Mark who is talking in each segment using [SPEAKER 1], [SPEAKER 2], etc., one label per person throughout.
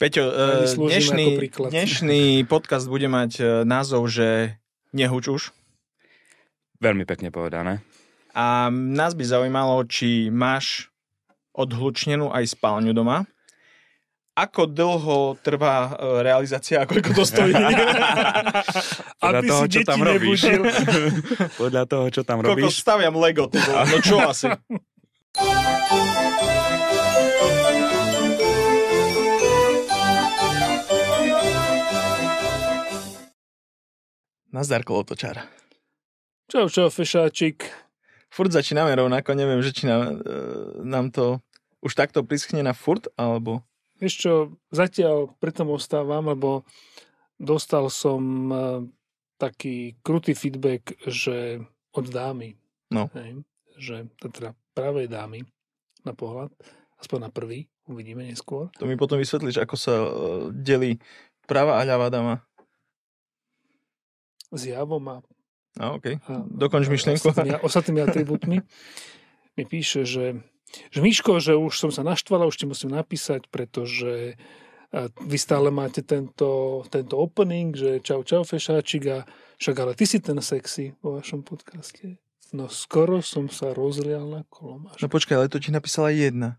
[SPEAKER 1] Peťo, dnešný podcast bude mať názov, že nehuč už.
[SPEAKER 2] Veľmi pekne povedané.
[SPEAKER 1] A nás by zaujímalo, či máš odhlučnenú aj spálňu doma. Ako dlho trvá realizácia a koľko to stojí?
[SPEAKER 2] Podľa toho, čo tam robíš. Podľa toho, čo tam robíš.
[SPEAKER 1] Koľko staviam Lego, ty vole. No čo asi? Nazdar, kolotočár.
[SPEAKER 3] Čau, fešáčik.
[SPEAKER 1] Furt začíname rovnako, neviem, že či nám to už takto prischne na furt, alebo...
[SPEAKER 3] Vieš čo, zatiaľ pritom ostávam, lebo dostal som taký krutý feedback, že od dámy.
[SPEAKER 1] No.
[SPEAKER 3] Hej, že teda pravej dámy na pohľad, aspoň na prvý, uvidíme neskôr.
[SPEAKER 1] To mi potom vysvetlíš, ako sa delí pravá a ľavá dáma.
[SPEAKER 3] Zjavom a
[SPEAKER 1] okej. Dokonč myšlienku.
[SPEAKER 3] Ostatnými atribútmi mi píše, že Miško, že už som sa naštvala, už ti musím napísať, pretože vy stále máte tento opening, že čau fešáčik, a však ale ty si ten sexy vo vašom podcaste. No skoro som sa rozlial na kolomáš.
[SPEAKER 1] No počkaj, ale to ti napísala jedna.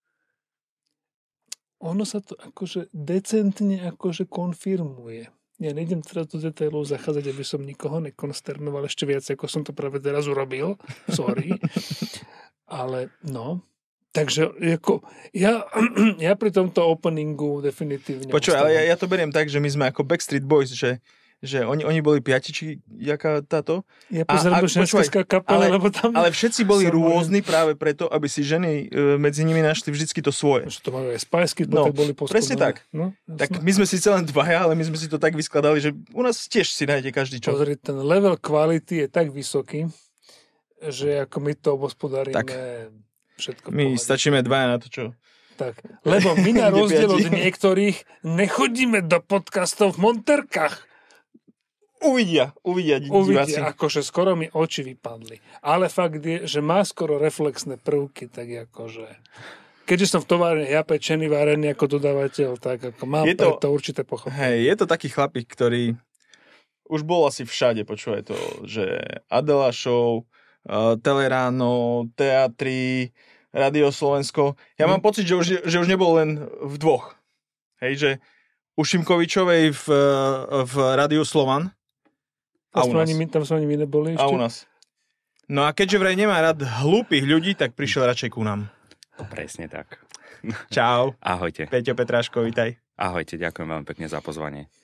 [SPEAKER 3] Ono sa to akože decentne akože konfirmuje. Ja nejdem teraz do detailov zachádzať, aby som nikoho nekonsternoval ešte viac, ako som to práve teraz urobil. Sorry. Ale no, takže ako, ja pri tomto openingu definitívne...
[SPEAKER 1] Počuj, ale ja to beriem tak, že my sme ako Backstreet Boys, že oni boli piati, či jaká táto?
[SPEAKER 3] Ja pozerám do ženského kapela, lebo tam...
[SPEAKER 1] Ale všetci boli rôzni práve preto, aby si ženy medzi nimi našli vždycky to svoje.
[SPEAKER 3] Že to majú aj Spice,
[SPEAKER 1] no,
[SPEAKER 3] tak boli poskladné.
[SPEAKER 1] Presne tak.
[SPEAKER 3] No,
[SPEAKER 1] tak my sme síce len dvaja, ale my sme si to tak vyskladali, že u nás tiež si nájde každý čo.
[SPEAKER 3] Pozri, ten level kvality je tak vysoký, že ako my to obospodárime všetko.
[SPEAKER 1] My stačíme dvaja na to, čo...
[SPEAKER 3] Tak, lebo my na rozdiel od niektorých nechodíme do podcastov v monterkách.
[SPEAKER 1] Uvidia diváci.
[SPEAKER 3] Akože skoro mi oči vypadli. Ale fakt je, že má skoro reflexné prvky, tak akože... Keďže som v továrne ja pečený, várený ako dodávateľ, tak ako mám to určité pochopenie.
[SPEAKER 1] Hej, je to taký chlapík, ktorý už bol asi všade, počúvaj to, že Adela Show, Teleráno, Teatry, Radio Slovensko. Ja mám pocit, že už nebol len v dvoch. Hej, že u Šimkovičovej v Rádiu Slovan.
[SPEAKER 3] Tam sme ani my neboli ešte.
[SPEAKER 1] A u nás. No a keďže vraj nemá rád hlúpych ľudí, tak prišiel radšej ku nám.
[SPEAKER 2] Presne tak.
[SPEAKER 1] Čau.
[SPEAKER 2] Ahojte.
[SPEAKER 1] Peťo Petráško, vítaj.
[SPEAKER 2] Ahojte, ďakujem veľmi pekne za pozvanie.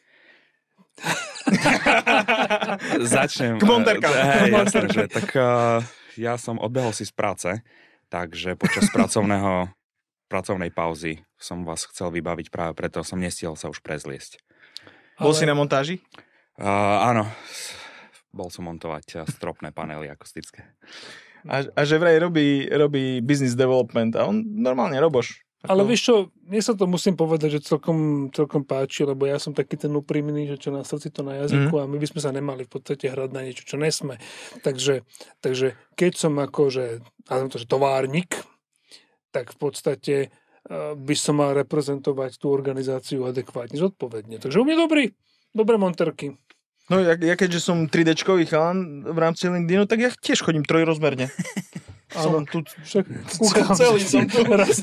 [SPEAKER 2] Začnem.
[SPEAKER 1] K monterkám.
[SPEAKER 2] Jasné, že tak ja som odbehol si z práce, takže počas pracovnej pauzy som vás chcel vybaviť, práve preto som nestihol sa už prezliesť.
[SPEAKER 1] Bol si na montáži?
[SPEAKER 2] Áno, bol som montovať stropné panely akustické.
[SPEAKER 1] A že vraj robí business development a on normálne roboš.
[SPEAKER 3] Ale vieš čo, mne sa to musím povedať, že celkom páči, lebo ja som taký ten úprimný, že čo na srdci, to na jazyku a my by sme sa nemali v podstate hrať na niečo, čo nesme. Takže keď som akože továrnik, tak v podstate by som mal reprezentovať tú organizáciu adekvátne, zodpovedne. Takže u mňa dobré monterky.
[SPEAKER 1] No ja keďže som 3D-čkový chalan v rámci LinkedInu, tak ja tiež chodím trojrozmerne.
[SPEAKER 3] Áno, tu však celý som tu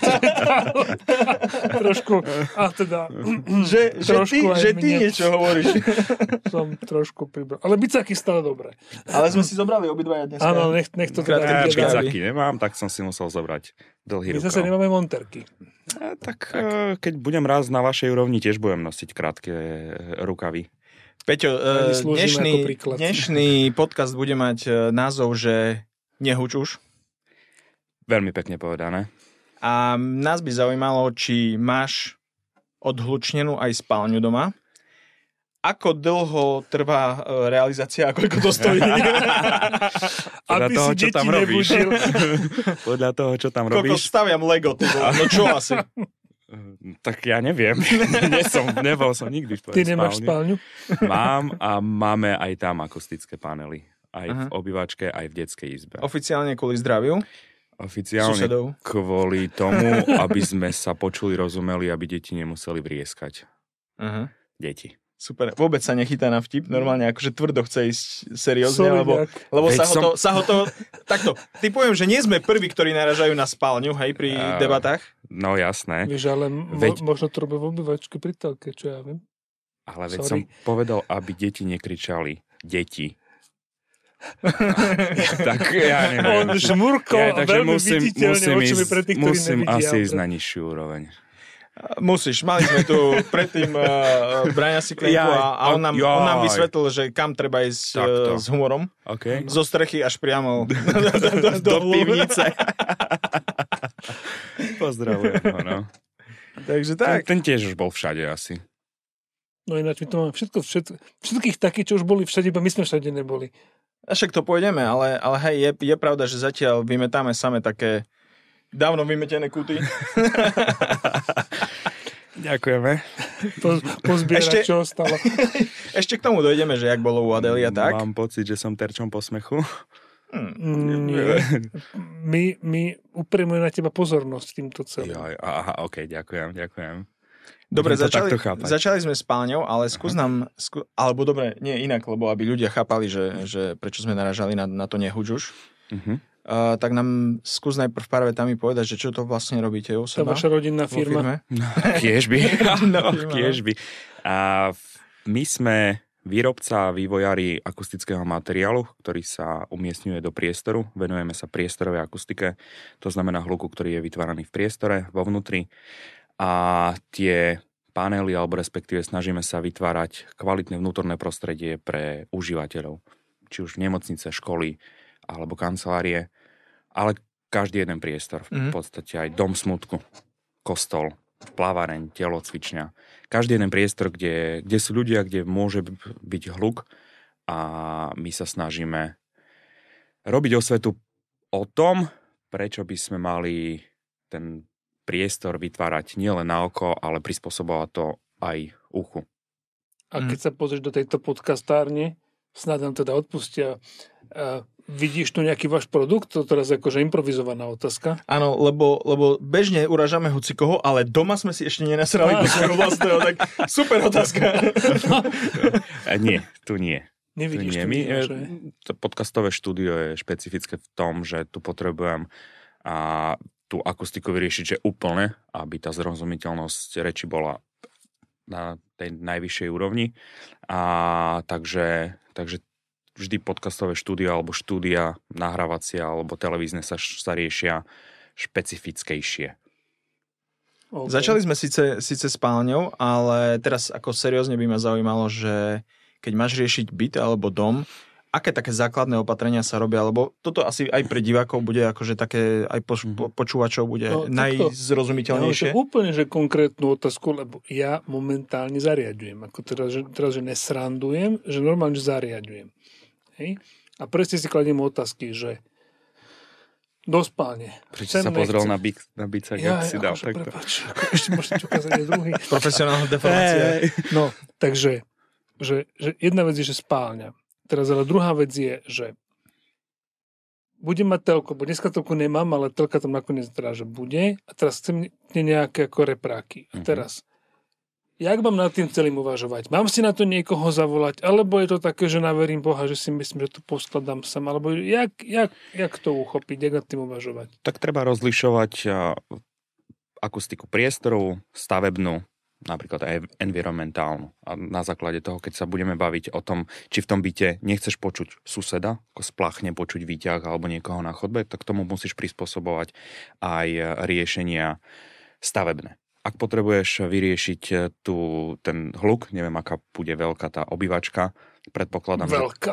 [SPEAKER 3] trošku, a teda
[SPEAKER 1] že ty niečo hovoríš.
[SPEAKER 3] Som trošku pribral. Ale bicáky stále dobré.
[SPEAKER 1] Ale sme si zobrali obidvaja dneska.
[SPEAKER 3] Áno, nech to teda...
[SPEAKER 2] Bicáky nemám, tak som si musel zobrať dlhý rukav.
[SPEAKER 3] My zase nemáme monterky.
[SPEAKER 2] Tak keď budem raz na vašej úrovni, tiež budem nosiť krátke rukavy.
[SPEAKER 1] Peťo, dnešný podcast bude mať názov, že nehuč už.
[SPEAKER 2] Veľmi pekne povedané.
[SPEAKER 1] A nás by zaujímalo, či máš odhlučnenú aj spálňu doma. Ako dlho trvá realizácia a koľko to stojí?
[SPEAKER 2] Podľa toho, čo tam robíš. Podľa toho, čo tam robíš.
[SPEAKER 1] Koľko staviam Lego, ty vole. No čo asi?
[SPEAKER 2] Tak ja neviem. Nebol som nikdy v tvojej spálni.
[SPEAKER 3] Ty nemáš spálňu?
[SPEAKER 2] Mám a máme aj tam akustické panely. Aj v obývačke, aj v detskej izbe.
[SPEAKER 1] Oficiálne kvôli zdraviu?
[SPEAKER 2] Oficiálne
[SPEAKER 1] susedov.
[SPEAKER 2] kvôli tomu, aby sme sa počuli, rozumeli, aby deti nemuseli vrieskať.
[SPEAKER 1] Aha.
[SPEAKER 2] Deti.
[SPEAKER 1] Super, vôbec sa nechytá na vtip, normálne akože tvrdo chce ísť seriózne, lebo
[SPEAKER 2] Veď
[SPEAKER 1] sa ho to... Takto, typujem, že nie sme prví, ktorí naražajú na spálňu, hej, pri debatách.
[SPEAKER 2] No jasné.
[SPEAKER 3] Vieš, ale možno to robí v obývačke pri telke, čo ja viem.
[SPEAKER 2] Ale veď som povedal, aby deti nekričali. Deti. Tak ja neviem.
[SPEAKER 3] On žmurko veľmi viditeľne očami pre tých, ktorí
[SPEAKER 2] musím
[SPEAKER 3] nevidia.
[SPEAKER 2] asi ísť na nižšiu úroveň.
[SPEAKER 1] Musíš, mali sme tu predtým Braňa Siklenku a on nám vysvetlil, že kam treba ísť s humorom.
[SPEAKER 2] Okay.
[SPEAKER 1] Zo strechy až priamo
[SPEAKER 2] do pivnice. Pozdravujem ho, no.
[SPEAKER 1] Takže tak.
[SPEAKER 2] Ten tiež už bol všade asi.
[SPEAKER 3] No ináč my to máme všetkých takých, čo už boli všade, iba my sme všade neboli.
[SPEAKER 1] A však to pôjdeme, ale hej, je pravda, že zatiaľ vymetáme same také dávno vymetené kúty.
[SPEAKER 2] Ďakujeme.
[SPEAKER 3] Pozbierať, čo ostalo.
[SPEAKER 1] Ešte k tomu dojdeme, že jak bolo u Adely a tak.
[SPEAKER 2] Mám pocit, že som terčom posmechu.
[SPEAKER 3] Nie. My upriamujeme na teba pozornosť týmto celým.
[SPEAKER 2] Aha, ok, ďakujem.
[SPEAKER 1] Dobre, začali sme spálňou, ale skús nám, alebo dobre, nie inak, lebo aby ľudia chápali, že prečo sme naražali na to nehuď už. Tak nám skús najprv pár vetami povedať, že čo to vlastne robíte u seba.
[SPEAKER 3] Tá vaša rodinná firma.
[SPEAKER 2] Kiež by. Kiež by. A my sme výrobca a vývojári akustického materiálu, ktorý sa umiestňuje do priestoru. Venujeme sa priestorovej akustike. To znamená hluku, ktorý je vytváraný v priestore, vo vnútri. A tie panely, alebo respektíve snažíme sa vytvárať kvalitné vnútorné prostredie pre užívateľov. Či už nemocnice, školy, alebo kancelárie, ale každý jeden priestor. V podstate aj dom smutku, kostol, plaváreň, telocvičňa. Každý jeden priestor, kde sú ľudia, kde môže byť hluk a my sa snažíme robiť osvetu o tom, prečo by sme mali ten priestor vytvárať nielen na oko, ale prispôsobovať to aj uchu.
[SPEAKER 3] A keď sa pozrieš do tejto podcastárne, snad nám teda odpustia, vidíš tu nejaký váš produkt? To teraz akože improvizovaná otázka.
[SPEAKER 1] Áno, lebo bežne uražame hocikoho, ale doma sme si ešte nenasrali do svojho vlastného, tak super otázka.
[SPEAKER 2] Nie, tu nie.
[SPEAKER 3] Nevidíš tu nie, že?
[SPEAKER 2] To podcastové štúdio je špecifické v tom, že tu potrebujem tú akustiku vyriešiť, že úplne, aby tá zrozumiteľnosť reči bola na tej najvyššej úrovni. A takže vždy podcastové štúdia alebo štúdia nahrávacia alebo televízne sa riešia špecifickejšie.
[SPEAKER 1] Okay. Začali sme síce spálňou, ale teraz ako seriózne by ma zaujímalo, že keď máš riešiť byt alebo dom, aké také základné opatrenia sa robia, lebo toto asi aj pre divákov bude akože také, aj počúvačov bude najzrozumiteľnejšie.
[SPEAKER 3] Ja úplne, že konkrétnu otázku, lebo ja momentálne zariaďujem. Ako teraz, že nesrandujem, že normálne, že zariaďujem. Hej? A presne si kladiem otázky, že do spálne.
[SPEAKER 2] Prečo sa pozrel na bicak, jak si dal takto?
[SPEAKER 3] Prepáč, ešte môžete ukázať aj druhý.
[SPEAKER 1] Profesionálna deformácia.
[SPEAKER 3] No, takže že jedna vec je, že spálňa. Teraz ale druhá vec je, že budem mať telko, bo dneska telku nemám, ale telka tam nakoniec teda, že bude. A teraz chcem nejaké ako repráky. A teraz, jak mám nad tým celým uvažovať? Mám si na to niekoho zavolať? Alebo je to také, že naverím Boha, že si myslím, že to poskladám sám? Alebo jak to uchopiť? Jak nad tým uvažovať?
[SPEAKER 2] Tak treba rozlišovať akustiku priestoru, stavebnú, napríklad aj environmentálnu. A na základe toho, keď sa budeme baviť o tom, či v tom byte nechceš počuť suseda, ako spláchne počuť výťah alebo niekoho na chodbe, tak tomu musíš prispôsobovať aj riešenia stavebné. Ak potrebuješ vyriešiť ten hluk, neviem, aká bude veľká tá obývačka, predpokladám,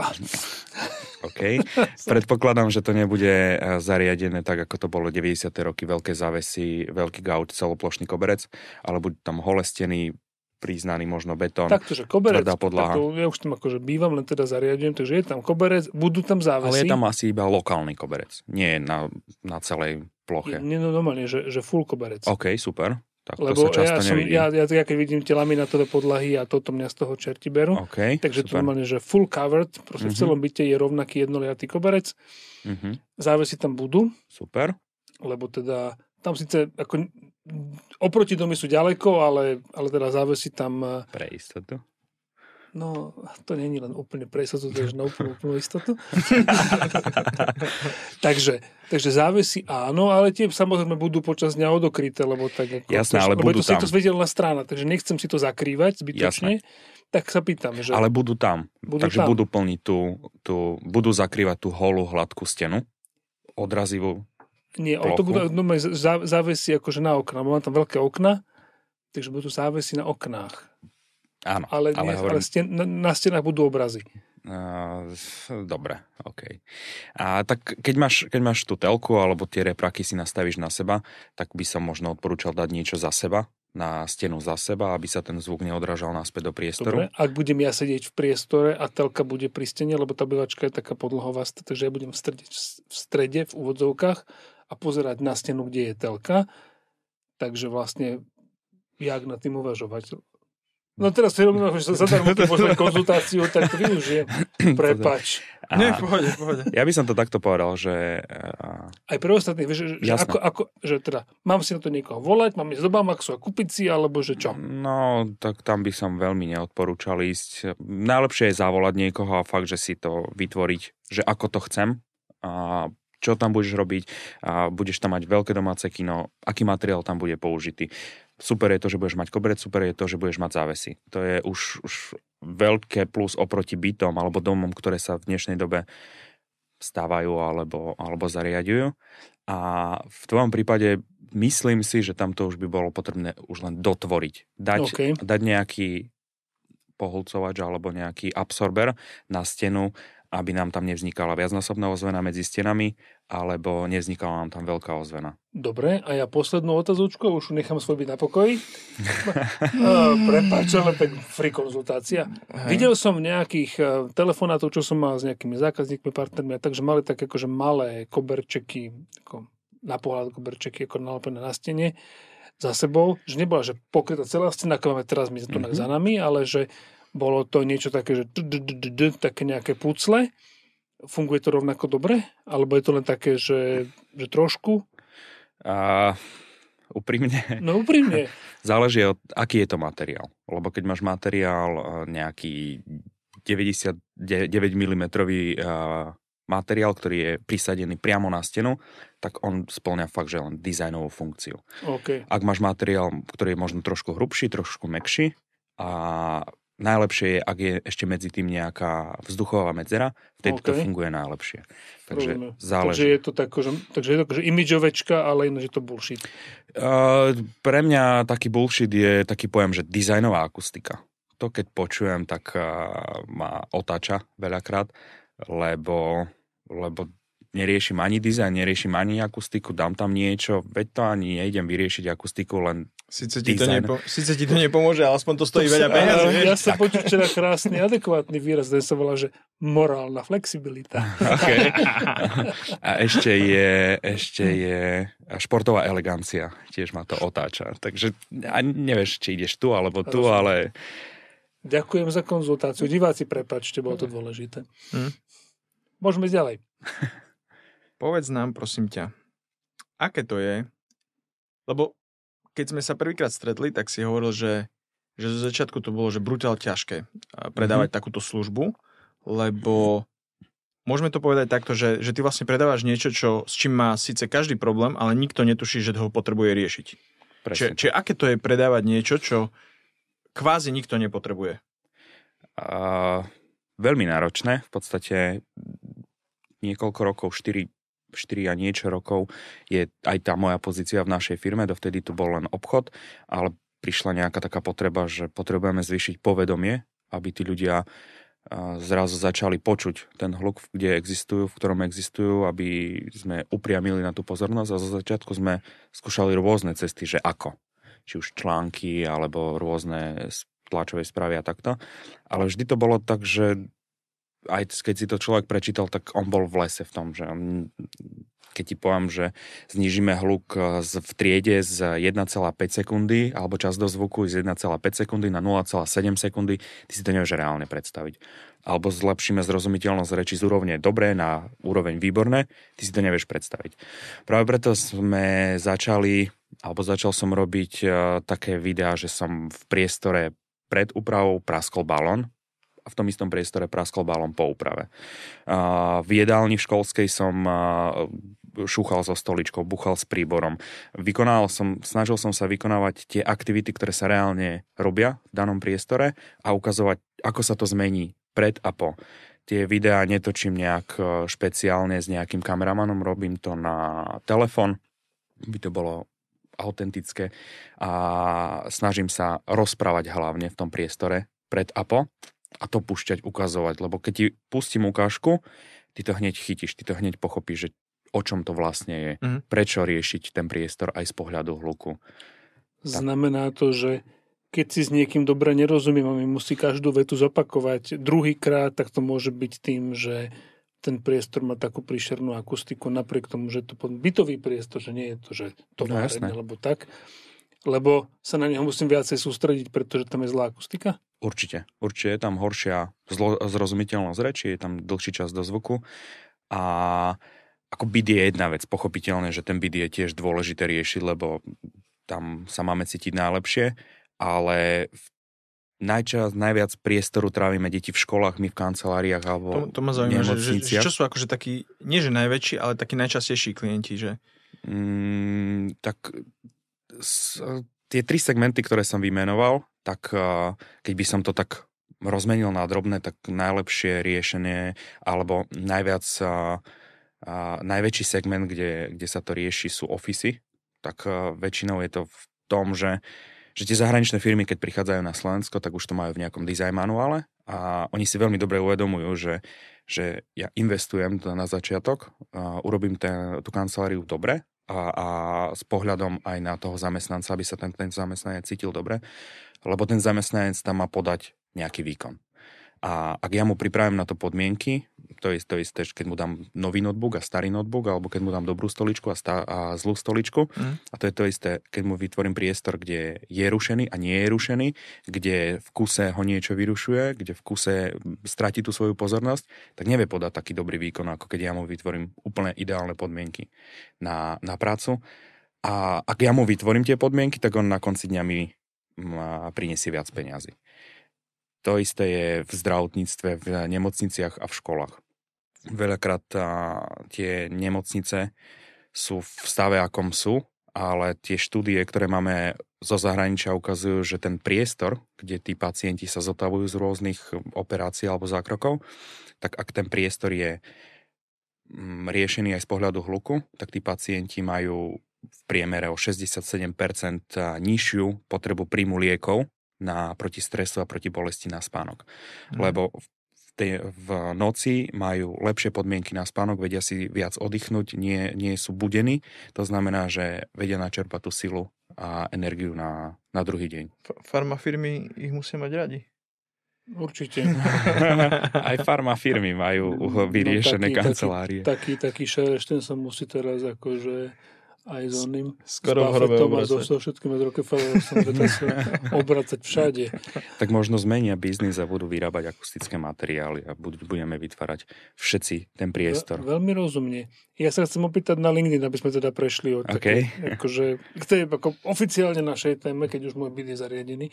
[SPEAKER 2] predpokladám, že to nebude zariadené tak, ako to bolo 90. roky, veľké závesy, veľký gaut, celoplošný koberec, ale budú tam holé steny, priznaný možno betón,
[SPEAKER 3] taktože koberec,
[SPEAKER 2] tvrdá podlaha.
[SPEAKER 3] Ja už tam akože bývam, len teda zariadujem, takže je tam koberec, budú tam závesy.
[SPEAKER 2] Ale je tam asi iba lokálny koberec, nie na celej ploche.
[SPEAKER 3] Nie, no normálne, že full koberec.
[SPEAKER 2] OK, super. Tak to
[SPEAKER 3] lebo
[SPEAKER 2] sa často nevidí.
[SPEAKER 3] Ja keď vidím tie laminátové podlahy a toto mňa z toho čerti berú, takže to normálne, že full covered, proste v celom byte je rovnaký jednoliatý koberec, závesy tam budú.
[SPEAKER 2] Super.
[SPEAKER 3] lebo teda tam síce ako oproti domy sú ďaleko, ale teda závesí tam...
[SPEAKER 2] Pre istotu.
[SPEAKER 3] No, to nie je len úplne pre istotu, to je na úplnú istotu. takže závesí áno, ale tie samozrejme budú počas dňa odokryté, lebo tak ako...
[SPEAKER 2] Jasné, ale budú tam.
[SPEAKER 3] Je to svetelná strana, takže nechcem si to zakrývať zbytočne. Jasné. Tak sa pýtam, že...
[SPEAKER 2] Ale budú tam. Takže budú plniť budú zakrývať tú holú, hladkú stenu, odrazivú.
[SPEAKER 3] Nie, to budú závesí akože na okna. Mám tam veľké okna, takže budú závesí na oknách.
[SPEAKER 2] Áno.
[SPEAKER 3] Ale na stenách budú obrazy.
[SPEAKER 2] Dobre, OK. A tak keď máš tú telku alebo tie repraky si nastavíš na seba, tak by som možno odporúčal dať niečo za seba, na stenu za seba, aby sa ten zvuk neodrážal naspäť do priestoru.
[SPEAKER 3] Dobre, ak budem ja sedieť v priestore a telka bude pri stene, lebo tá bývačka je taká podlhová, takže ja budem v strede, v úvodzovkách a pozerať na stenu, kde je telka. Takže vlastne jak na tým uvažovať? No teraz si robím, že zadarmo keď môžeme konzultáciu, tak to využijem. Prepáč.
[SPEAKER 1] Nie, v pohode.
[SPEAKER 2] Ja by som to takto povedal, že...
[SPEAKER 3] Aj pre ostatných, vieš, že teda mám si na to niekoho volať, mám ísť do Bamaxu a kúpiť si, alebo že čo?
[SPEAKER 2] No, tak tam by som veľmi neodporúčal ísť. Najlepšie je zavolať niekoho a fakt, že si to vytvoriť, že ako to chcem a čo tam budeš robiť a budeš tam mať veľké domáce kino, aký materiál tam bude použitý. Super je to, že budeš mať koberec, super je to, že budeš mať závesy. To je už veľké plus oproti bytom alebo domom, ktoré sa v dnešnej dobe stávajú alebo zariaďujú. A v tvojom prípade myslím si, že tam to už by bolo potrebné už len dotvoriť. Dať nejaký pohľcovač alebo nejaký absorber na stenu, aby nám tam nevznikala viacnásobná ozvena medzi stenami, alebo nevznikala nám tam veľká ozvena.
[SPEAKER 3] Dobre, a ja poslednú otázku, už nechám svoj byť na pokoji. Prepáč, ale tak free konzultácia. Videl som nejakých telefonátov, čo som mal s nejakými zákazníkmi, partnermi, takže mali tak akože malé koberčeky, ako na pohľad koberčeky, ako nalepené na stene za sebou, že nebola, že pokrytá celá stena, ako máme teraz my za nami, ale že bolo to niečo také, že také nejaké pucle. Funguje to rovnako dobre? Alebo je to len také, že trošku?
[SPEAKER 2] Úprimne?
[SPEAKER 3] No úprimne.
[SPEAKER 2] Záleží od, aký je to materiál. Lebo keď máš materiál nejaký 99 mm materiál, ktorý je prisadený priamo na stenu, tak on spĺňa fakt, že len dizajnovú funkciu.
[SPEAKER 3] Okay.
[SPEAKER 2] Ak máš materiál, ktorý je možno trošku hrubší, trošku mäkší a najlepšie je, ak je ešte medzi tým nejaká vzduchová medzera, vtedy to funguje najlepšie. Takže záleží.
[SPEAKER 3] Takže je to tak, že imidžovečka, ale ináč je to bullshit.
[SPEAKER 2] Pre mňa taký bullshit je taký pojem, že dizajnová akustika. To keď počujem, tak ma otáča veľakrát, lebo neriešim ani dizajn, neriešim ani akustiku, dám tam niečo, veď to ani nejdem vyriešiť akustiku, len
[SPEAKER 1] Sice ti to nepomôže, ale aspoň to stojí veľa peniazí.
[SPEAKER 3] Ja som počul včera krásny, adekvátny výraz, ten sa volá, že morálna flexibilita.
[SPEAKER 2] Okay. A ešte je športová elegancia, tiež ma to otáča. Takže nevieš, či ideš tu alebo tu, ale...
[SPEAKER 3] Ďakujem za konzultáciu. Diváci, prepáčte, bolo to dôležité. Môžeme ísť ďalej.
[SPEAKER 1] Povedz nám, prosím ťa, aké to je, lebo keď sme sa prvýkrát stretli, tak si hovoril, že zo začiatku to bolo, že brutálne ťažké predávať takúto službu, lebo môžeme to povedať takto, že ty vlastne predávaš niečo, s čím má síce každý problém, ale nikto netuší, že ho potrebuje riešiť. Čiže aké to je predávať niečo, čo kvázi nikto nepotrebuje?
[SPEAKER 2] Veľmi náročné, v podstate niekoľko rokov, 4 a niečo rokov je aj tá moja pozícia v našej firme, dovtedy tu bol len obchod, ale prišla nejaká taká potreba, že potrebujeme zvýšiť povedomie, aby tí ľudia zrazu začali počuť ten hluk, v ktorom existujú, aby sme upriamili na tú pozornosť a zo začiatku sme skúšali rôzne cesty, že ako. Či už články, alebo rôzne tlačové správy a takto. Ale vždy to bolo tak, že aj keď si to človek prečítal, tak on bol v lese v tom, že keď ti poviem, že znížime hluk v triede z 1,5 sekundy alebo čas do zvuku z 1,5 sekundy na 0,7 sekundy, ty si to nevieš reálne predstaviť. Alebo zlepšíme zrozumiteľnosť reči z úrovne dobré na úroveň výborné, ty si to nevieš predstaviť. Práve preto začal som robiť také videá, že som v priestore pred úpravou praskol balón a v tom istom priestore praskol balón po úprave. V jedálni v školskej som šúchal so stoličkou, buchal s príborom. Snažil som sa vykonávať tie aktivity, ktoré sa reálne robia v danom priestore a ukazovať, ako sa to zmení pred a po. Tie videá netočím nejak špeciálne s nejakým kameramanom, robím to na telefón, by to bolo autentické a snažím sa rozprávať hlavne v tom priestore pred a po a to púšťať, ukazovať, lebo keď ti pustím ukážku, ty to hneď chytíš, ty to hneď pochopíš, že o čom to vlastne je, prečo riešiť ten priestor aj z pohľadu hluku.
[SPEAKER 3] Znamená to, že keď si s niekým dobre nerozumiem a mi musí každú vetu zopakovať druhýkrát, tak to môže byť tým, že ten priestor má takú príšernú akustiku, napriek tomu, že to bytový priestor, že nie je to, že to váreň, alebo tak. Lebo sa na neho musím viacej sústrediť, pretože tam je zlá akustika?
[SPEAKER 2] Určite je tam horšia zrozumiteľnosť reči, je tam dlhší čas do zvuku a ako byt je jedna vec, pochopiteľne, že ten byt je tiež dôležité riešiť, lebo tam sa máme cítiť najlepšie, ale najviac priestoru trávime deti v školách, my v kanceláriách alebo
[SPEAKER 1] to ma zaujíma, že čo sú akože takí, nie že najväčší, ale takí najčastejší klienti, že?
[SPEAKER 2] Tie 3 segmenty, ktoré som vymenoval, tak keď by som to tak rozmenil na drobné, tak najlepšie riešenie alebo najväčší segment, kde sa to rieši, sú ofisy. Tak väčšinou je to v tom, že tie zahraničné firmy, keď prichádzajú na Slovensko, tak už to majú v nejakom design manuále a oni si veľmi dobre uvedomujú, že ja investujem na začiatok, urobím tú kanceláriu dobre a s pohľadom aj na toho zamestnanca, aby sa ten zamestnanec cítil dobre, lebo ten zamestnanec tam má podať nejaký výkon. A ak ja mu pripravím na to podmienky, to je to isté, keď mu dám nový notebook a starý notebook, alebo keď mu dám dobrú stoličku a zlú stoličku. A to je to isté, keď mu vytvorím priestor, kde je rušený a nie je rušený, kde v kuse ho niečo vyrušuje, kde v kuse stratí tú svoju pozornosť, tak nevie podať taký dobrý výkon, ako keď ja mu vytvorím úplne ideálne podmienky na prácu. A ak ja mu vytvorím tie podmienky, tak on na konci dňa mi prinesie viac peňazí. To isté je v zdravotníctve, v nemocniciach a v školách. Veľakrát tie nemocnice sú v stave, akom sú, ale tie štúdie, ktoré máme zo zahraničia, ukazujú, že ten priestor, kde tí pacienti sa zotavujú z rôznych operácií alebo zákrokov, tak ak ten priestor je riešený aj z pohľadu hluku, tak tí pacienti majú v priemere o 67% nižšiu potrebu príjmu liekov proti stresu a proti bolesti na spánok. Lebo v noci majú lepšie podmienky na spánok, vedia si viac oddychnúť, nie sú budení. To znamená, že vedia načerpať tú silu a energiu na druhý deň.
[SPEAKER 1] Farmafirmy ich musia mať radi.
[SPEAKER 3] Určite.
[SPEAKER 2] Aj farmafirmy majú vyriešené kancelárie.
[SPEAKER 3] Taký šerešten sa musí teraz akože aj s oným,
[SPEAKER 1] skoro
[SPEAKER 3] s Buffettom a so všetkými Rockefellerom sa obracať všade.
[SPEAKER 2] Tak možno zmenia biznis a budú vyrábať akustické materiály a budeme vytvárať všetci ten priestor.
[SPEAKER 3] Veľmi rozumne. Ja sa chcem opýtať na LinkedIn, aby sme teda prešli od také, akože, k tej ako oficiálne našej téme, keď už môj byt je zariadený,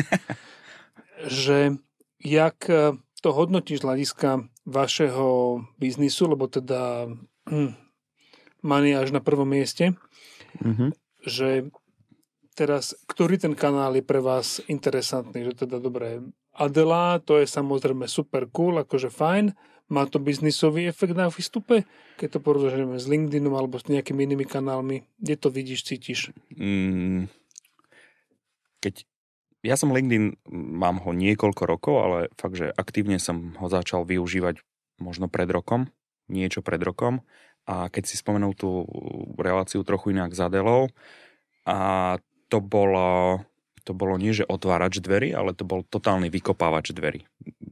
[SPEAKER 3] že jak to hodnotíš z hľadiska vašeho biznisu, lebo teda Money až na prvom mieste, že teraz, ktorý ten kanál je pre vás interesantný, že teda dobré, Adela, to je samozrejme super cool, akože fajn, má to biznisový efekt na výstupe, keď to porozumiem s LinkedInom alebo s nejakými inými kanálmi, kde to vidíš, cítiš?
[SPEAKER 2] Ja som LinkedIn, mám ho niekoľko rokov, ale fakt, že aktívne som ho začal využívať možno pred rokom, niečo pred rokom. A keď si spomenul tú reláciu trochu inak s Adelou, a to bolo nie, že otvárač dverí, ale to bol totálny vykopávač dverí.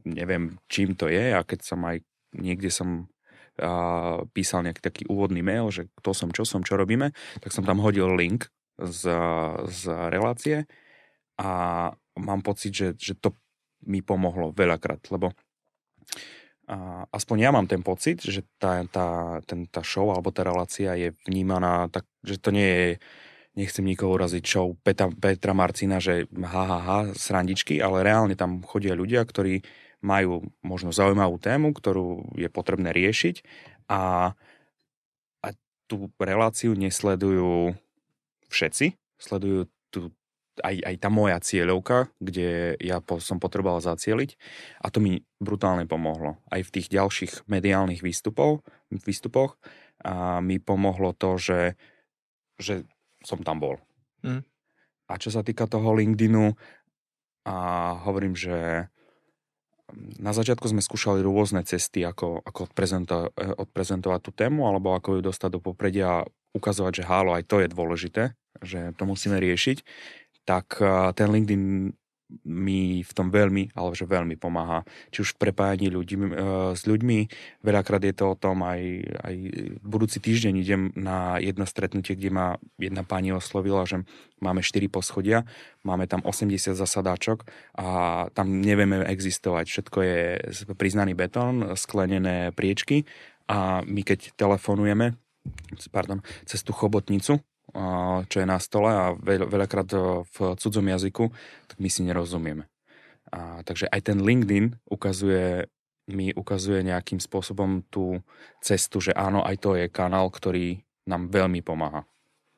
[SPEAKER 2] neviem, čím to je a keď som aj niekde písal nejaký taký úvodný mail, že kto som, čo robíme, tak som tam hodil link z relácie a mám pocit, že to mi pomohlo veľakrát, lebo aspoň ja mám ten pocit, že tá show alebo tá relácia je vnímaná tak, že to nie je, nechcem nikoho uraziť, show Petra Marcina, že srandičky, ale reálne tam chodia ľudia, ktorí majú možno zaujímavú tému, ktorú je potrebné riešiť a tú reláciu nesledujú všetci, sledujú aj tá moja cieľovka, kde ja som potreboval zacieliť a to mi brutálne pomohlo. Aj v tých ďalších mediálnych výstupoch a mi pomohlo to, že som tam bol. A čo sa týka toho LinkedInu, hovorím, že na začiatku sme skúšali rôzne cesty, ako odprezentovať tú tému, alebo ako ju dostať do popredia a ukazovať, že aj to je dôležité, že to musíme riešiť, tak ten LinkedIn mi v tom veľmi pomáha. Či už v prepájaní s ľuďmi, veľakrát je to o tom, aj budúci týždeň idem na jedno stretnutie, kde ma jedna pani oslovila, že máme 4 poschodia, máme tam 80 zasadáčok a tam nevieme existovať. Všetko je priznaný betón, sklenené priečky a my keď telefonujeme cez tú chobotnicu, čo je na stole a veľakrát v cudzom jazyku, tak my si nerozumieme. Takže aj ten LinkedIn mi ukazuje nejakým spôsobom tú cestu, že áno, aj to je kanál, ktorý nám veľmi pomáha.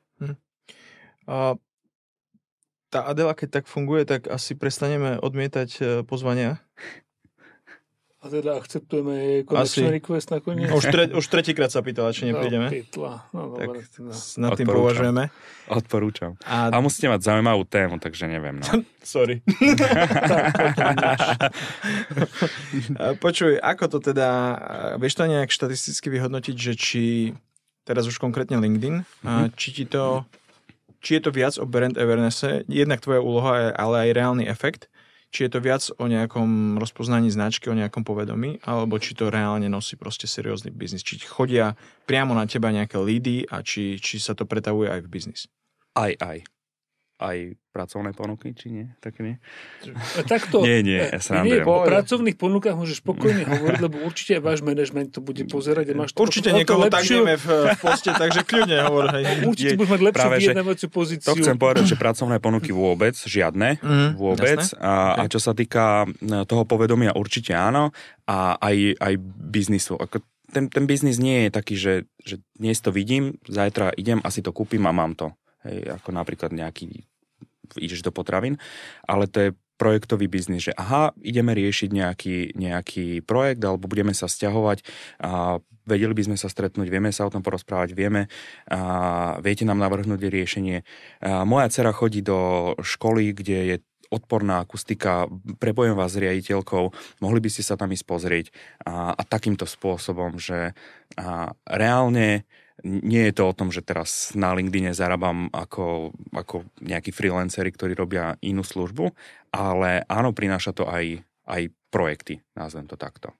[SPEAKER 1] Tá Adela, keď tak funguje, tak asi prestaneme odmietať pozvania.
[SPEAKER 3] A teda akceptujeme jej connection request nakoniec?
[SPEAKER 1] Už tretíkrát sa pýtala, či neprídeme.
[SPEAKER 3] No,
[SPEAKER 1] tak nad tým považujeme.
[SPEAKER 2] Odporúčam. A musíte mať zaujímavú tému, takže neviem. No.
[SPEAKER 1] Sorry. Počuj, ako to teda, vieš to nejak štatisticky vyhodnotiť, že či, teraz už konkrétne LinkedIn, či je to viac o brand awarenesse, jednak tvoja úloha, ale aj reálny efekt, či je to viac o nejakom rozpoznaní značky, o nejakom povedomí, alebo či to reálne nosí proste seriózny biznis. Či chodia priamo na teba nejaké lídy a či sa to pretavuje aj v biznis.
[SPEAKER 2] Aj pracovné ponuky, či nie? Tak nie?
[SPEAKER 3] Takto,
[SPEAKER 2] nie,
[SPEAKER 3] srandujem. O pracovných ponukách môžeš spokojne hovoriť, lebo určite aj váš manažment to bude pozerať. A máš to
[SPEAKER 1] určite niekoho tagneme v poste, takže kľudne hovor.
[SPEAKER 3] Určite budeš mať lepšiu vyjednávaciu pozíciu.
[SPEAKER 2] To chcem povedať, že pracovné ponuky vôbec, žiadne. Vôbec. A čo sa týka toho povedomia, určite áno. A aj biznisu. Ten biznis nie je taký, že dnes to vidím, zajtra idem, asi to kúpim a mám to. Hej, ako napríklad ideš do potravín, ale to je projektový biznis, že ideme riešiť nejaký projekt, alebo budeme sa sťahovať a vedeli by sme sa stretnúť, vieme sa o tom porozprávať, viete nám navrhnúť riešenie. Moja dcera chodí do školy, kde je odporná akustika, prepojím vás s riaditeľkou, mohli by ste sa tam ísť pozrieť a takýmto spôsobom, že reálne nie je to o tom, že teraz na LinkedIne zarábam ako nejakí freelanceri, ktorí robia inú službu, ale áno, prináša to aj projekty, nazvem to takto.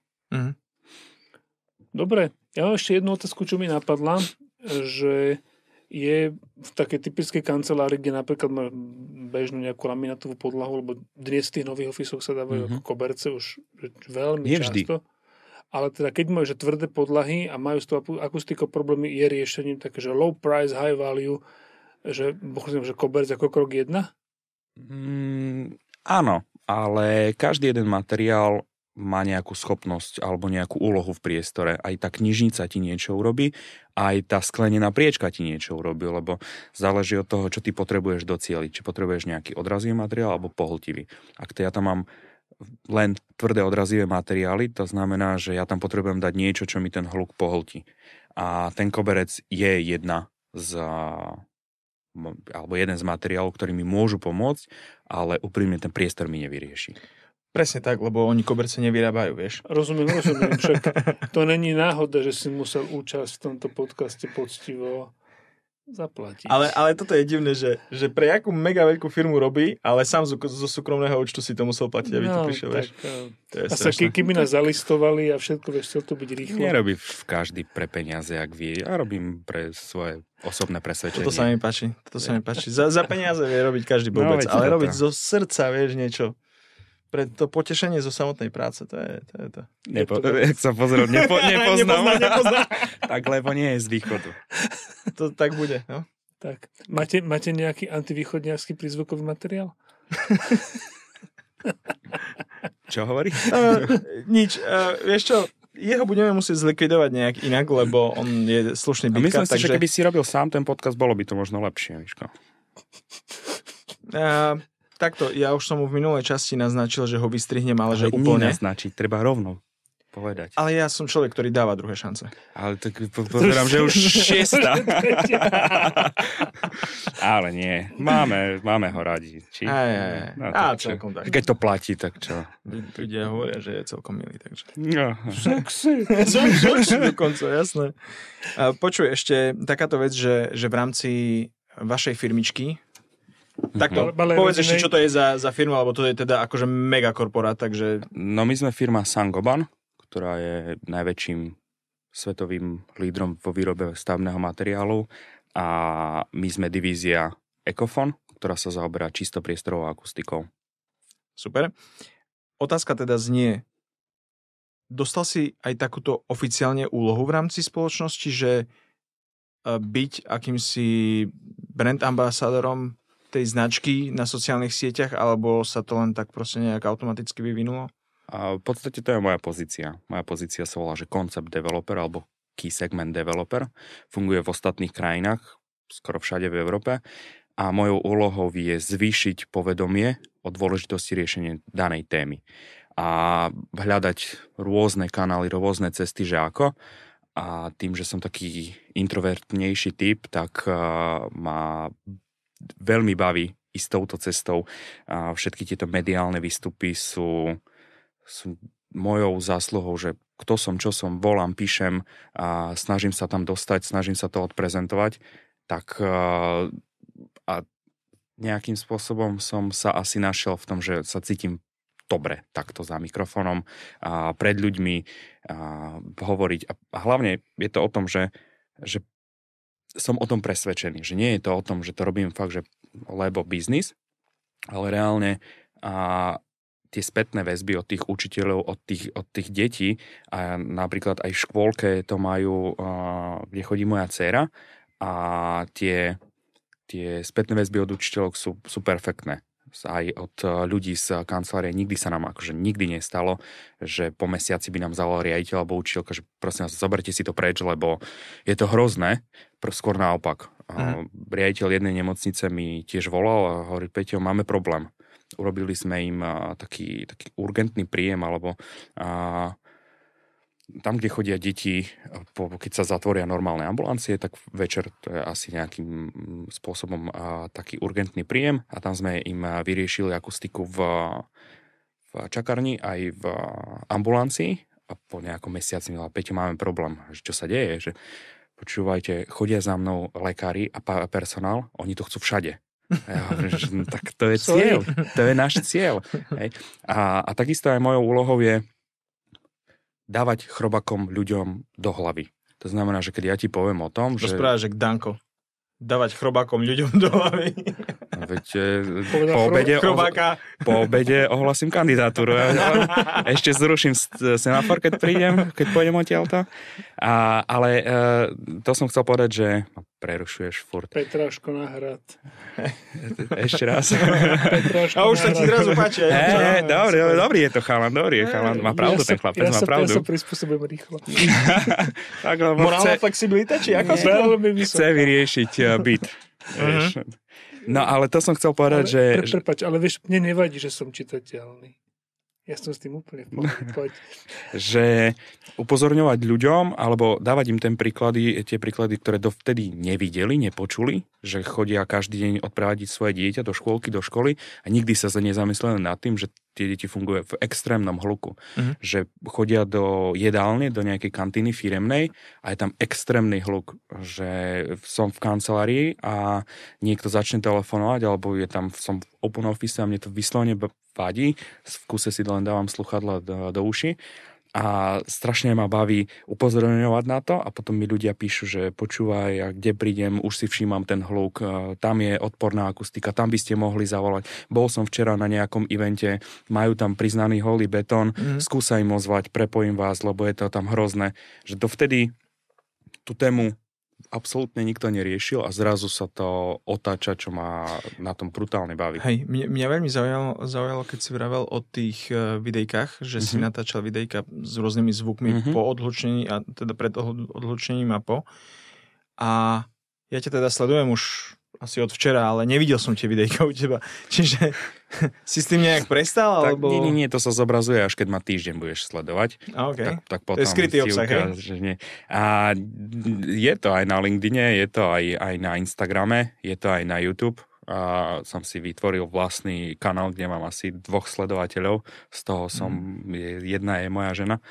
[SPEAKER 3] Dobre, ja mám ešte jednu otázku, čo mi napadla, že je v takej typickej kancelárii, kde napríklad má bežnú nejakú laminátovú podlahu, lebo dnes v tých nových ofisoch sa dávajú ako koberce už veľmi často. Ale teda keď majú že tvrdé podlahy a majú s tou akustikou problémy, je riešením také, že low price, high value, že koberc ako krok 1?
[SPEAKER 2] Áno, ale každý jeden materiál má nejakú schopnosť alebo nejakú úlohu v priestore. Aj tá knižnica ti niečo urobí, aj tá sklenená priečka ti niečo urobí, lebo záleží od toho, čo ty potrebuješ docieliť. Či potrebuješ nejaký odrazivý materiál alebo pohltivý. Ak to ja tam mám len tvrdé odrazivé materiály, to znamená, že ja tam potrebujem dať niečo, čo mi ten hluk pohltí. A ten koberec je jeden z materiálov, ktorý mi môžu pomôcť, ale úprimne ten priestor mi nevyrieši.
[SPEAKER 1] Presne tak, lebo oni koberce nevyrábajú, vieš.
[SPEAKER 3] Rozumiem, však to není náhoda, že si musel účasť v tomto podcaste poctivo Zaplatíš.
[SPEAKER 1] Ale toto je divné, že pre jakú mega veľkú firmu robí, ale sám zo súkromného účtu si to musel platiť, aby to prišiel, vieš. To je strašné.
[SPEAKER 3] Keby nás zalistovali a všetko, vieš, chcel to byť rýchlo.
[SPEAKER 2] Nerobí každý pre peniaze, jak vie. Ja robím pre svoje osobné presvedčenie.
[SPEAKER 1] Toto sa mi páči. Za peniaze vie robiť každý blbec, ale robiť zo srdca, vieš, niečo. Pre to potešenie zo samotnej práce, to je to.
[SPEAKER 2] Jak sa pozrel, nepoznám.
[SPEAKER 1] Nepoznám.
[SPEAKER 2] Tak, lebo nie je z východu.
[SPEAKER 1] To tak bude, no.
[SPEAKER 3] Tak. Máte nejaký antivýchodňarský prízvukový materiál?
[SPEAKER 2] Čo hovorí?
[SPEAKER 1] Nič. Vieš čo, jeho budeme musieť zlikvidovať nejak inak, lebo on je slušný bytka.
[SPEAKER 2] Myslím si, že keby si robil sám ten podcast, bolo by to možno lepšie, Miško.
[SPEAKER 1] Takto, ja už som mu v minulej časti naznačil, že ho vystrihnem, ale že
[SPEAKER 2] Nie
[SPEAKER 1] úplne.
[SPEAKER 2] naznačiť, treba rovno povedať.
[SPEAKER 1] Ale ja som človek, ktorý dáva druhé šance.
[SPEAKER 2] Ale tak pozerám, že už 6. Ale nie, máme ho radi. Či?
[SPEAKER 1] No, celkom tak.
[SPEAKER 2] Keď to platí, tak čo?
[SPEAKER 1] Ľudia hovoria, že je celkom milý, takže.
[SPEAKER 2] No.
[SPEAKER 3] Sexy.
[SPEAKER 1] Dokonca, jasné. Počuj, ešte takáto vec, že v rámci vašej firmičky takto, povedz ešte, čo to je za firmu, alebo to je teda akože megakorporát, takže...
[SPEAKER 2] No my sme firma Saint-Gobain, ktorá je najväčším svetovým lídrom vo výrobe stavebného materiálu a my sme divízia Ecofon, ktorá sa zaoberá čisto priestorovou akustikou.
[SPEAKER 1] Super. Otázka teda znie, dostal si aj takúto oficiálne úlohu v rámci spoločnosti, že byť akýmsi brand ambasádorom tej značky na sociálnych sieťach, alebo sa to len tak proste nejak automaticky vyvinulo?
[SPEAKER 2] A v podstate to je moja pozícia. Moja pozícia sa volá, že concept developer alebo key segment developer. Funguje v ostatných krajinách, skoro všade v Európe. A mojou úlohou je zvýšiť povedomie o dôležitosti riešenia danej témy. A hľadať rôzne kanály, rôzne cesty, že ako. A tým, že som taký introvertnejší typ, tak ma veľmi baví ísť touto cestou. A všetky tieto mediálne výstupy sú mojou zásluhou, že kto som, čo som, volám, píšem a snažím sa tam dostať, snažím sa to odprezentovať, tak a nejakým spôsobom som sa asi našiel v tom, že sa cítim dobre takto za mikrofónom a pred ľuďmi hovoriť. A hlavne je to o tom, že som o tom presvedčený, že nie je to o tom, že to robím fakt, že lebo biznis, ale reálne tie spätné väzby od tých učiteľov, od tých detí a napríklad aj v škôlke to majú, kde chodí moja dcéra a tie spätné väzby od učiteľov sú perfektné. Aj od ľudí z kancelárie nikdy sa nám akože nikdy nestalo, že po mesiaci by nám zavolal riaditeľ alebo učiteľka, že prosím vás, zoberte si to preč, lebo je to hrozné. Skôr naopak. Riaditeľ jednej nemocnice mi tiež volal a hovorí, Peťo, máme problém. Urobili sme im taký urgentný príjem, alebo tam, kde chodia deti, keď sa zatvoria normálne ambulancie, tak večer to je asi nejakým spôsobom taký urgentný príjem a tam sme im vyriešili akustiku v čakárni aj v ambulancii a po nejakom mesiaci mi Peťo, máme problém. Čo sa deje? Že počúvajte, chodia za mnou lekári a personál, oni to chcú všade. Ja hovorím, že tak to je cieľ, to je náš cieľ. Hej. A takisto aj mojou úlohou je dávať chrobakom ľuďom do hlavy. To znamená, že keď ja ti poviem o tom, že...
[SPEAKER 1] Rozprávaš, že Danko. Dávať chrobákom ľuďom do hlavy.
[SPEAKER 2] Veď po obede ohlasím kandidatúru. Ešte zruším semafor, keď pôjdem odtiaľto. Ale to som chcel povedať, že prerušuješ furt.
[SPEAKER 3] Petráško na hrad.
[SPEAKER 2] Ešte raz.
[SPEAKER 1] A už sa ti zrazu páči.
[SPEAKER 2] Dobrý je to chalan, Má pravdu ten chlapec, má pravdu.
[SPEAKER 3] Ja sa prispôsobujem rýchlo.
[SPEAKER 1] Morálna flexibilita, či ako
[SPEAKER 2] chce vyriešiť byt. No ale to som chcel povedať, že...
[SPEAKER 3] Prepáč, ale vieš, mne nevadí, že som čitateľný. Ja som s tým úplne v pohode.
[SPEAKER 2] Že upozorňovať ľuďom, alebo dávať im tie príklady, ktoré dovtedy nevideli, nepočuli, že chodia každý deň odprevadiť svoje dieťa do škôlky, do školy a nikdy sa nezamysleli nad tým, že tie deti fungujú v extrémnom hluku. Že chodia do jedálne, do nejakej kantíny firemnej a je tam extrémny hluk, že som v kancelárii a niekto začne telefonovať, alebo som v open office a mne to vyslovene vadí. V kuse si len dávam sluchadla do uši. A strašne ma baví upozorňovať na to a potom mi ľudia píšu, že počúvaj, a kde prídem, už si všímam ten hluk, tam je odporná akustika, tam by ste mohli zavolať. Bol som včera na nejakom evente, majú tam priznaný holý betón, skúsa im ozvať, prepojím vás, lebo je to tam hrozné. Že dovtedy tú tému absolútne nikto neriešil a zrazu sa to otáča, čo ma na tom brutálne baví.
[SPEAKER 1] Hej, mňa veľmi zaujalo, keď si vravel o tých videjkách, že si natáčal videjka s rôznymi zvukmi po odhlučnení a teda pred odhlučením a po. A ja ťa teda sledujem už asi od včera, ale nevidel som tie videjka u teba. Čiže si s tým nejak prestal? Alebo...
[SPEAKER 2] Nie, to sa zobrazuje, až keď ma týždeň budeš sledovať.
[SPEAKER 1] Okay.
[SPEAKER 2] Tak potom
[SPEAKER 1] to je skrytý obsah,
[SPEAKER 2] A je to aj na LinkedIne, je to aj na Instagrame, je to aj na YouTube. A som si vytvoril vlastný kanál, kde mám asi 2 sledovateľov. Z toho jedna je moja žena.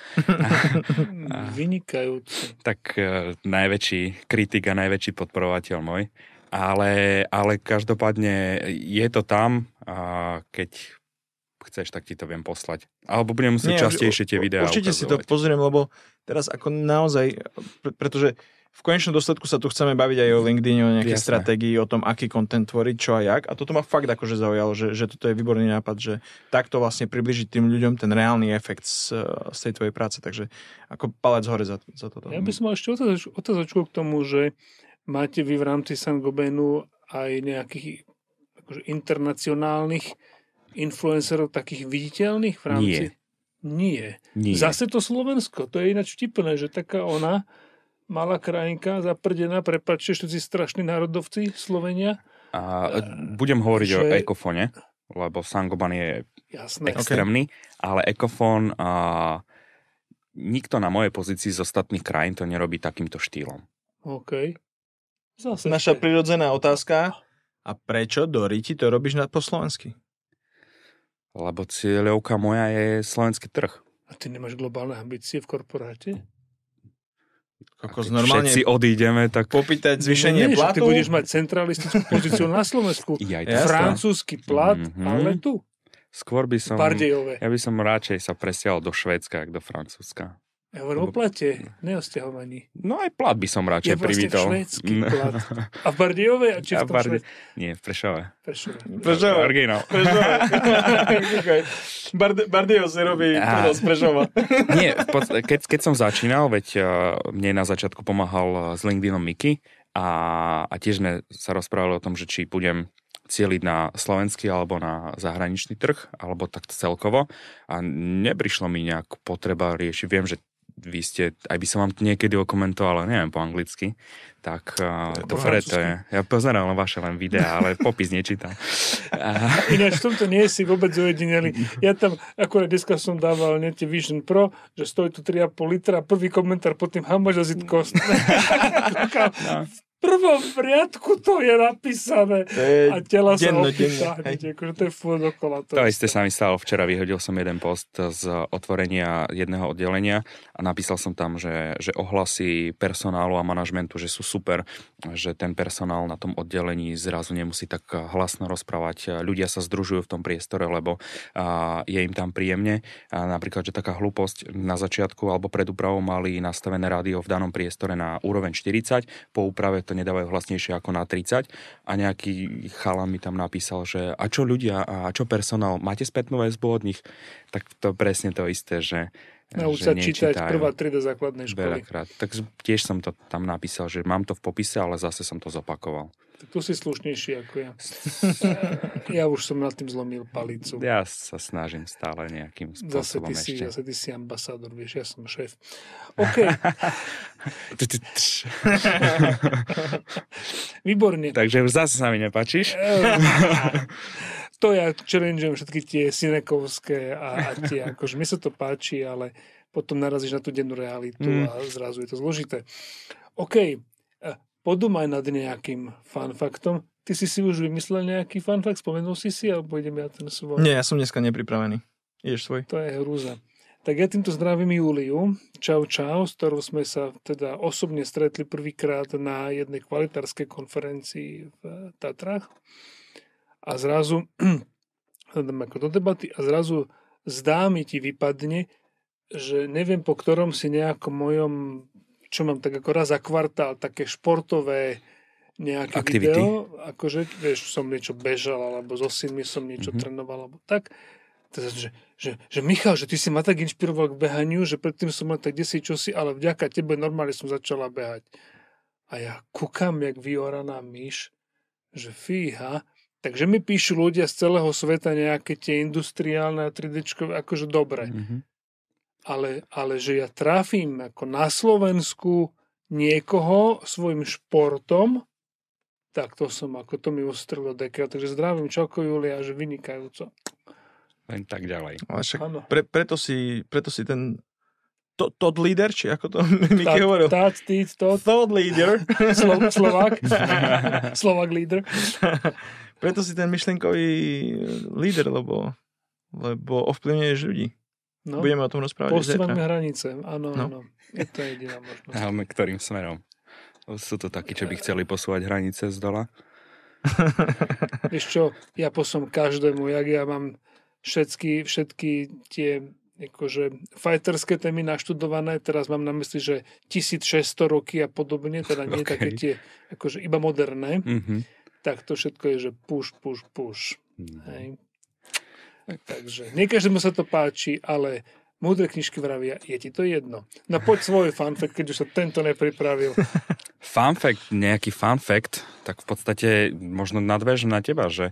[SPEAKER 3] Vynikajúci.
[SPEAKER 2] Tak najväčší kritik a najväčší podporovateľ môj. Ale každopádne je to tam a keď chceš, tak ti to viem poslať. Alebo budem musieť častejšie tie videá
[SPEAKER 1] určite
[SPEAKER 2] ukazovať.
[SPEAKER 1] Si to pozriem, lebo teraz ako naozaj, pretože v konečnom dôsledku sa tu chceme baviť aj o LinkedIn, o nejakej stratégii, o tom, aký content tvoriť, čo a jak. A toto ma fakt akože zaujalo, že toto je výborný nápad, že takto vlastne približiť tým ľuďom ten reálny efekt z tej tvojej práce. Takže ako palec hore za toto.
[SPEAKER 3] Ja by som mal ešte otázočku k tomu, že máte vy v rámci Sangobenu aj nejakých akože internacionálnych influencerov, takých viditeľných v rámci? Nie. Zase to Slovensko. To je ináč vtipné, že taká ona, malá krajinka, zaprdená, prepáčte, všetci strašní národovci Slovenia.
[SPEAKER 2] A budem hovoriť o Ekofone, lebo Sangoban je extrémny, ale Ekofon nikto na mojej pozícii z ostatných krajín to nerobí takýmto štýlom.
[SPEAKER 3] OK. Zase
[SPEAKER 1] naša prirodzená otázka. A prečo, Dori, ti to robíš po slovensky?
[SPEAKER 2] Lebo cieľovka moja je slovenský trh.
[SPEAKER 3] A ty nemáš globálne ambície v korporáte?
[SPEAKER 1] Normálne
[SPEAKER 2] všetci odídeme, tak
[SPEAKER 1] popýtať zvýšenie platu?
[SPEAKER 3] Ty budeš mať centralistickú pozíciu na Slovensku. Francúzsky plat, ale tu.
[SPEAKER 2] Skôr by som...
[SPEAKER 3] Bardejové.
[SPEAKER 2] Ja by som radšej sa presial do Švédska, ako do Francúzska.
[SPEAKER 3] Ja hovorím o plate, ne o sťahovaní.
[SPEAKER 2] No aj plat by som radšej privítol.
[SPEAKER 3] Švédsky plat. A v Bardejove? Či v tom
[SPEAKER 2] Nie, v Prešove.
[SPEAKER 1] Prešove.
[SPEAKER 2] Originál.
[SPEAKER 1] Bardejov si robí z Prešova.
[SPEAKER 2] Nie, keď som začínal, veď mne na začiatku pomáhal s LinkedInom Miky a tiež sme sa rozprávali o tom, že či budem cieliť na slovenský alebo na zahraničný trh, alebo tak celkovo. A neprišlo mi nejak potreba riešiť. Viem, že vy ste, aj by som vám niekedy okomentoval, ale neviem po anglicky, tak to je. Ja pozerám na vaše len videá, ale popis nečítam.
[SPEAKER 3] Ináč v tomto nie si vôbec ujedineli. Ja tam, akorát dneska som dával Nete Vision Pro, že stojí tu 3,5 litra, prvý komentár pod tým how much does it cost? V prvom riadku to je napísané a tela sa opýta. Akože to je furt dokola.
[SPEAKER 2] To isté sa mi stalo včera. Vyhodil som jeden post z otvorenia jedného oddelenia a napísal som tam, že ohlasy personálu a manažmentu, že sú super, že ten personál na tom oddelení zrazu nemusí tak hlasno rozprávať. Ľudia sa združujú v tom priestore, lebo je im tam príjemne. A napríklad, že taká hlúposť na začiatku alebo pred úpravou mali nastavené rádio v danom priestore na úroveň 40, po úprave to nedávajú hlasnejšie ako na 30 a nejaký chalan mi tam napísal, že a čo ľudia, a čo personál, máte spätnú väzbu od nich? Tak to presne to isté, že
[SPEAKER 3] nauč sa čítať prvá trieda základnej školy.
[SPEAKER 2] Veľakrát. Tak tiež som to tam napísal, že mám to v popise, ale zase som to zopakoval.
[SPEAKER 3] Tak tu si slušnejší ako ja. Ja už som nad tým zlomil palicu.
[SPEAKER 2] Ja sa snažím stále nejakým spôsobom ešte.
[SPEAKER 3] Zase ty si ambasádor, vieš, ja som šéf. OK. Výborne.
[SPEAKER 2] Takže už zase sa mi nepáčiš?
[SPEAKER 3] To ja challengeujem všetky tie Sinekovské a tie, akože mi sa to páči, ale potom narazíš na tú dennú realitu a zrazu je to zložité. OK, podumaj nad nejakým fanfaktom. Ty si už vymyslel nejaký fanfakt? Spomenul si alebo idem ja ten svoj?
[SPEAKER 1] Nie, ja som dneska nepripravený. Ideš svoj.
[SPEAKER 3] To je hrúza. Tak ja týmto zdravím Júliu. Čau, s ktorou sme sa teda osobne stretli prvýkrát na jednej kvalitárskej konferencii v Tatrách. A zrazu ako do debaty a zrazu zdá mi ti vypadne, že neviem po ktorom si nejakom mojom, čo mám tak ako raz za kvartál, také športové nejaké
[SPEAKER 2] aktivity.
[SPEAKER 3] Video, akože vieš, som niečo bežal, alebo so synmi som niečo trénoval, alebo tak. Teda, že Michal, že ty si ma tak inšpiroval k behaniu, že predtým som mal tak desi čosi, ale vďaka tebe normálne som začala behať. A ja kúkam, jak vyoraná myš, že fíha. Takže mi píšu ľudia z celého sveta nejaké tie industriálne a 3Dčkové, akože dobre. Ale že ja trafím ako na Slovensku niekoho svojim športom, tak to mi ustrelilo dekel. Takže zdravím, Čoko, Julia, že vynikajúco.
[SPEAKER 2] Len tak ďalej.
[SPEAKER 1] Preto si ten Todd leader, či ako to Miky hovoril? Thought leader.
[SPEAKER 3] Slovak leader.
[SPEAKER 1] Preto si ten myšlienkový líder, lebo ovplyvňuješ ľudí.
[SPEAKER 3] No,
[SPEAKER 1] budeme o tom rozprávať.
[SPEAKER 3] Posúvame hranice, áno. Je to jediná možnosť.
[SPEAKER 2] Ale ktorým smerom? Sú to takí, čo by chceli posúvať hranice z dola?
[SPEAKER 3] Vieš čo, ja posúvam každému, jak ja mám všetky tie akože fighterské témy naštudované, teraz mám na mysli, že 1600 roky a podobne, teda nie také tie akože iba moderné, tak to všetko je, že push. Hej. Takže nie každému sa to páči, ale múdre knižky vravia, je ti to jedno. No poď svoj fun fact, keď už sa tento nepripravil.
[SPEAKER 2] Nejaký fun fact, tak v podstate možno nadväžem na teba, že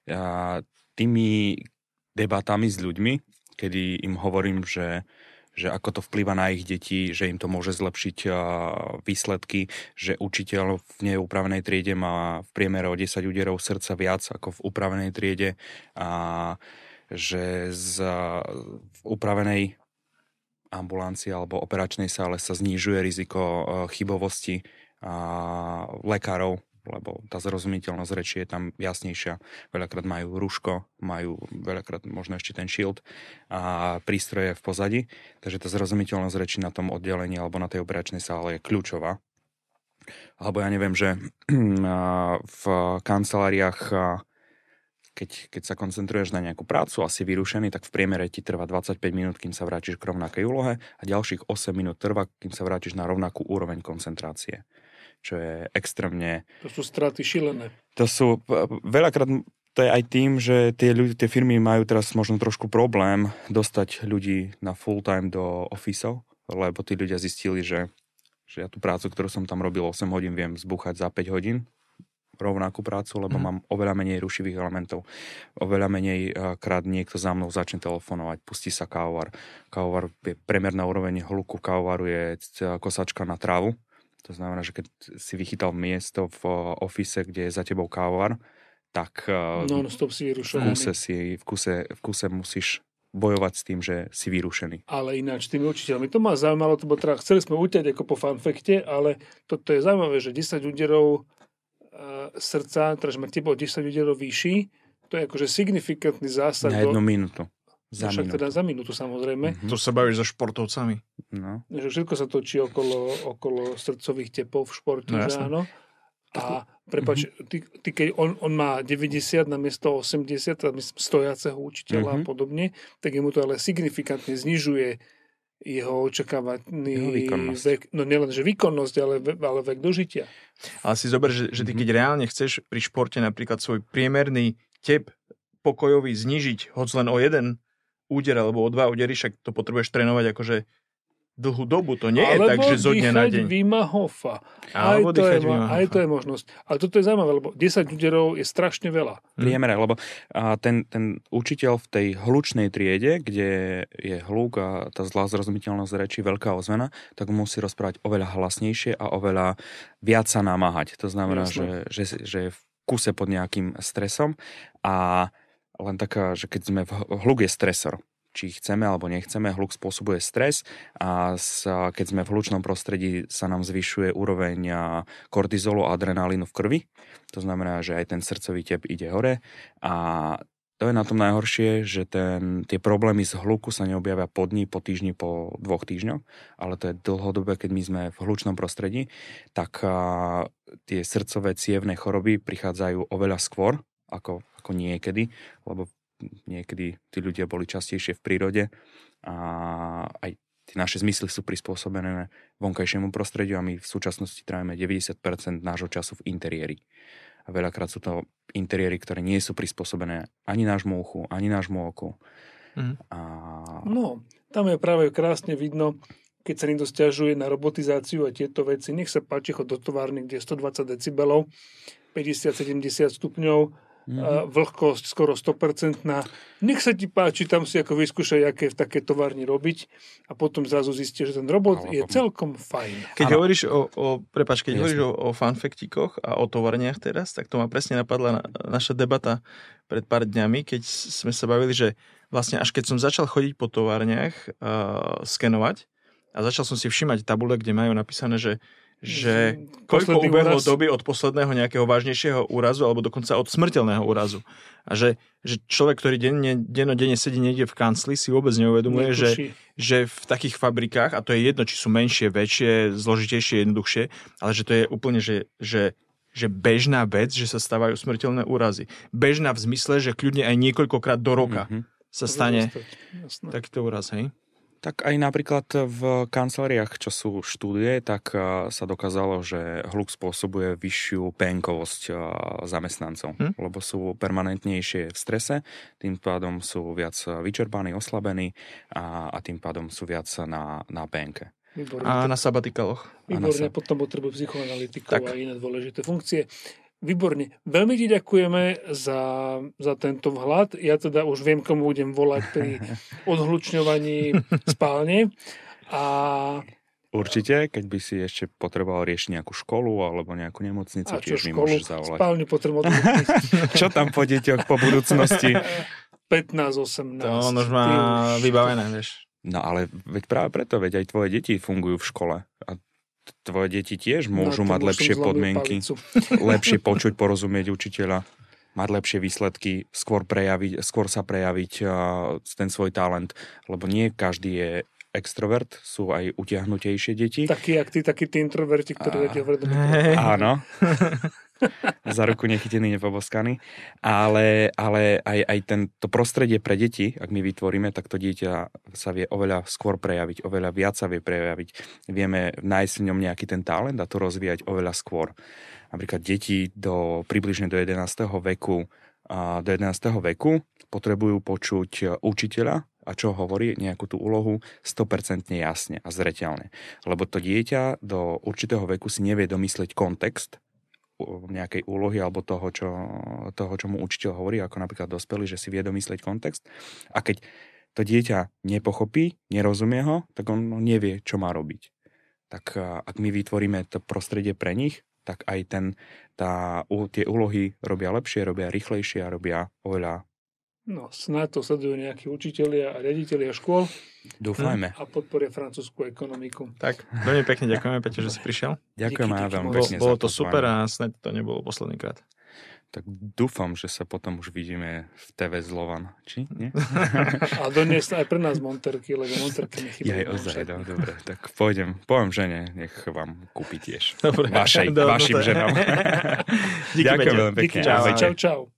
[SPEAKER 2] tými debatami s ľuďmi, kedy im hovorím, že ako to vplýva na ich deti, že im to môže zlepšiť výsledky, že učiteľ v neupravenej triede má v priemere o 10 úderov srdca viac ako v upravenej triede a že v upravenej ambulancii alebo operačnej sále sa znižuje riziko chybovosti lekárov, lebo tá zrozumiteľnosť reči je tam jasnejšia. Veľakrát majú rúško, majú veľakrát možno ešte ten shield a prístroje v pozadí, takže tá zrozumiteľnosť reči na tom oddelení alebo na tej operačnej sále je kľúčová. Alebo ja neviem, že v kanceláriách keď sa koncentruješ na nejakú prácu a si vyrušený, tak v priemere ti trvá 25 minút, kým sa vrátiš k rovnakej úlohe a ďalších 8 minút trvá, kým sa vrátiš na rovnakú úroveň koncentrácie. Čo je extrémne...
[SPEAKER 3] To sú straty šilené.
[SPEAKER 2] To sú... Veľakrát to je aj tým, že tie firmy majú teraz možno trošku problém dostať ľudí na full time do officeov, lebo tí ľudia zistili, že ja tú prácu, ktorú som tam robil 8 hodín, viem zbúchať za 5 hodín. Rovnakú prácu, lebo mám oveľa menej rušivých elementov. Oveľa menej krát niekto za mnou začne telefonovať, pustí sa kávovar. Kávovar je priemerná úroveň hluku kávovaru je kosačka na trávu. To znamená, že keď si vychytal miesto v office, kde je za tebou kávovar, tak v kuse musíš bojovať s tým, že si vyrušený.
[SPEAKER 3] Ale ináč tými učiteľmi. To ma zaujímalo, lebo teda chceli sme uťať ako po fanfekte, ale toto je zaujímavé, že 10 úderov srdca, teda že má tebo 10 úderov vyšší, to je akože signifikantný zásah.
[SPEAKER 2] Na 1 minútu. Za minútu.
[SPEAKER 3] Teda za minútu, samozrejme.
[SPEAKER 1] To sa bavíš so športovcami.
[SPEAKER 2] No.
[SPEAKER 3] Že všetko sa točí okolo srdcových tepov v športe, no, že áno. A prepáč, ty keď on má 90 na miesto 80, teda myslím stojaceho učiteľa a podobne, tak jemu to ale signifikantne znižuje jeho očakávaný vek, no nielen, že výkonnosť, ale vek dožitia.
[SPEAKER 1] Ale si zober, že ty keď reálne chceš pri športe napríklad svoj priemerný tep pokojový znižiť hoď len o 1 úder alebo o 2 údery, však to potrebuješ trénovať akože dlhú dobu, to nie je tak, že zo dňa na deň.
[SPEAKER 3] Alebo dýchať Wima Hofa. Aj to je možnosť. Ale toto je zaujímavé, lebo 10 úderov je strašne veľa.
[SPEAKER 2] Priemere, lebo ten učiteľ v tej hlučnej triede, kde je hluk a tá zlá zrozumiteľnosť rečí, veľká ozvena, tak musí rozprávať oveľa hlasnejšie a oveľa viac sa namáhať. To znamená, že je v kuse pod nejakým stresom a len taká, že keď sme hluk je stresor. Či chceme alebo nechceme, hluk spôsobuje stres a keď sme v hlučnom prostredí, sa nám zvyšuje úroveň kortizolu a adrenalínu v krvi. To znamená, že aj ten srdcový tep ide hore a to je na tom najhoršie, že tie problémy z hluku sa neobjavia po dni, po týždni, po 2 týždňoch, ale to je dlhodobé, keď my sme v hlučnom prostredí, tak tie srdcové cievne choroby prichádzajú oveľa skôr ako niekedy, lebo niekedy tí ľudia boli častejšie v prírode a aj tie naše zmysly sú prispôsobené vonkajšiemu prostrediu a my v súčasnosti trávime 90% nášho času v interiéri. A veľakrát sú to interiéry, ktoré nie sú prispôsobené ani nášmu uchu, ani nášmu oku.
[SPEAKER 3] No, tam je práve krásne vidno, keď sa niekto sťažuje na robotizáciu a tieto veci. Nech sa páči, chod do továrny, kde je 120 decibelov, 50-70 stupňov, vlhkosť skoro 100%. Nech sa ti páči, tam si ako vyskúšaj, aké v také továrni robiť a potom zrazu zistíš, že ten robot je celkom fajn.
[SPEAKER 1] Keď hovoríš hovoríš o fanfektikoch a o továrniach teraz, tak to ma presne napadla naša debata pred pár dňami, keď sme sa bavili, že vlastne až keď som začal chodiť po továrniach skenovať a začal som si všímať tabule, kde majú napísané, že koľko ubehlo doby od posledného nejakého vážnejšieho úrazu alebo dokonca od smrteľného úrazu. A že človek, ktorý dennodenne sedí niekde v kancli, si vôbec neuvedomuje, že v takých fabrikách, a to je jedno, či sú menšie, väčšie, zložitejšie, jednoduchšie, ale že to je úplne, že bežná vec, že sa stávajú smrteľné úrazy. Bežná v zmysle, že kľudne aj niekoľkokrát do roka sa stane takýto úraz, hej?
[SPEAKER 2] Tak aj napríklad v kanceláriách, čo sú štúdie, tak sa dokázalo, že hluk spôsobuje vyššiu penkovosť zamestnancov, lebo sú permanentnejšie v strese, tým pádom sú viac vyčerpaní, oslabení a tým pádom sú viac na penke.
[SPEAKER 3] Výborné.
[SPEAKER 1] A na sabatikaloch.
[SPEAKER 3] Výborne, potom potrebujú psychoanalytikov a iné dôležité funkcie. Výborne. Veľmi ti ďakujeme za tento vhľad. Ja teda už viem, komu budem volať pri odhlučňovaní spálne. A...
[SPEAKER 2] Určite, keď by si ešte potreboval riešiť nejakú školu alebo nejakú nemocnicu, tiež mi môžeš zavolať.
[SPEAKER 3] Spálňu potrebujem odhlučniť.
[SPEAKER 2] Čo tam po deťoch po budúcnosti?
[SPEAKER 3] 15-18.
[SPEAKER 1] To on už má vybavené, vieš.
[SPEAKER 2] No ale veď práve preto, veď aj tvoje deti fungujú v škole. A tvoje deti tiež môžu mať lepšie podmienky, lepšie počuť, porozumieť učiteľa, mať lepšie výsledky, skôr sa prejaviť ten svoj talent, lebo nie každý je extrovert, sú aj utiahnutejšie deti.
[SPEAKER 3] Takí tí introverti, ktorí vedia hovoriť do mikrofónu.
[SPEAKER 2] Áno. Za ruku nechytený, nepoboskaný. Ale aj to prostredie pre deti, ak my vytvoríme, tak to dieťa sa vie oveľa skôr prejaviť, oveľa viac sa vie prejaviť. Vieme nájsť v ňom nejaký ten talent a to rozvíjať oveľa skôr. Napríklad deti približne do 11. veku potrebujú počuť učiteľa, a čo hovorí, nejakú tú úlohu 100% jasne a zreteľne. Lebo to dieťa do určitého veku si nevie domyslieť kontext nejakej úlohy alebo toho, čo mu učiteľ hovorí, ako napríklad dospelý, že si vie domyslieť kontext. A keď to dieťa nepochopí, nerozumie ho, tak on nevie, čo má robiť. Tak ak my vytvoríme to prostredie pre nich, tak aj tie úlohy robia lepšie, robia rýchlejšie a robia oveľa.
[SPEAKER 3] No, snáď to sledujú nejakí učitelia a riaditelia škôl.
[SPEAKER 2] Dúfajme.
[SPEAKER 3] A podporia francúzsku ekonomiku.
[SPEAKER 1] Tak, veľmi pekne ďakujeme, Peťo, že si prišiel.
[SPEAKER 2] Ďakujem aj veľmi pekne.
[SPEAKER 1] Bolo to super a snáď to nebolo posledný krát.
[SPEAKER 2] Tak dúfam, že sa potom už vidíme v TV Zlovan. Či? Nie?
[SPEAKER 3] A doniesť aj pre nás monterky, lebo monterky mi chýbajú.
[SPEAKER 2] Ozaj, dobre. Tak poviem žene, nech vám kúpi tiež.
[SPEAKER 1] Dobre.
[SPEAKER 2] Vašim ženám.
[SPEAKER 1] Ďakujem veľmi
[SPEAKER 3] Čau,
[SPEAKER 1] pekne.
[SPEAKER 3] čau.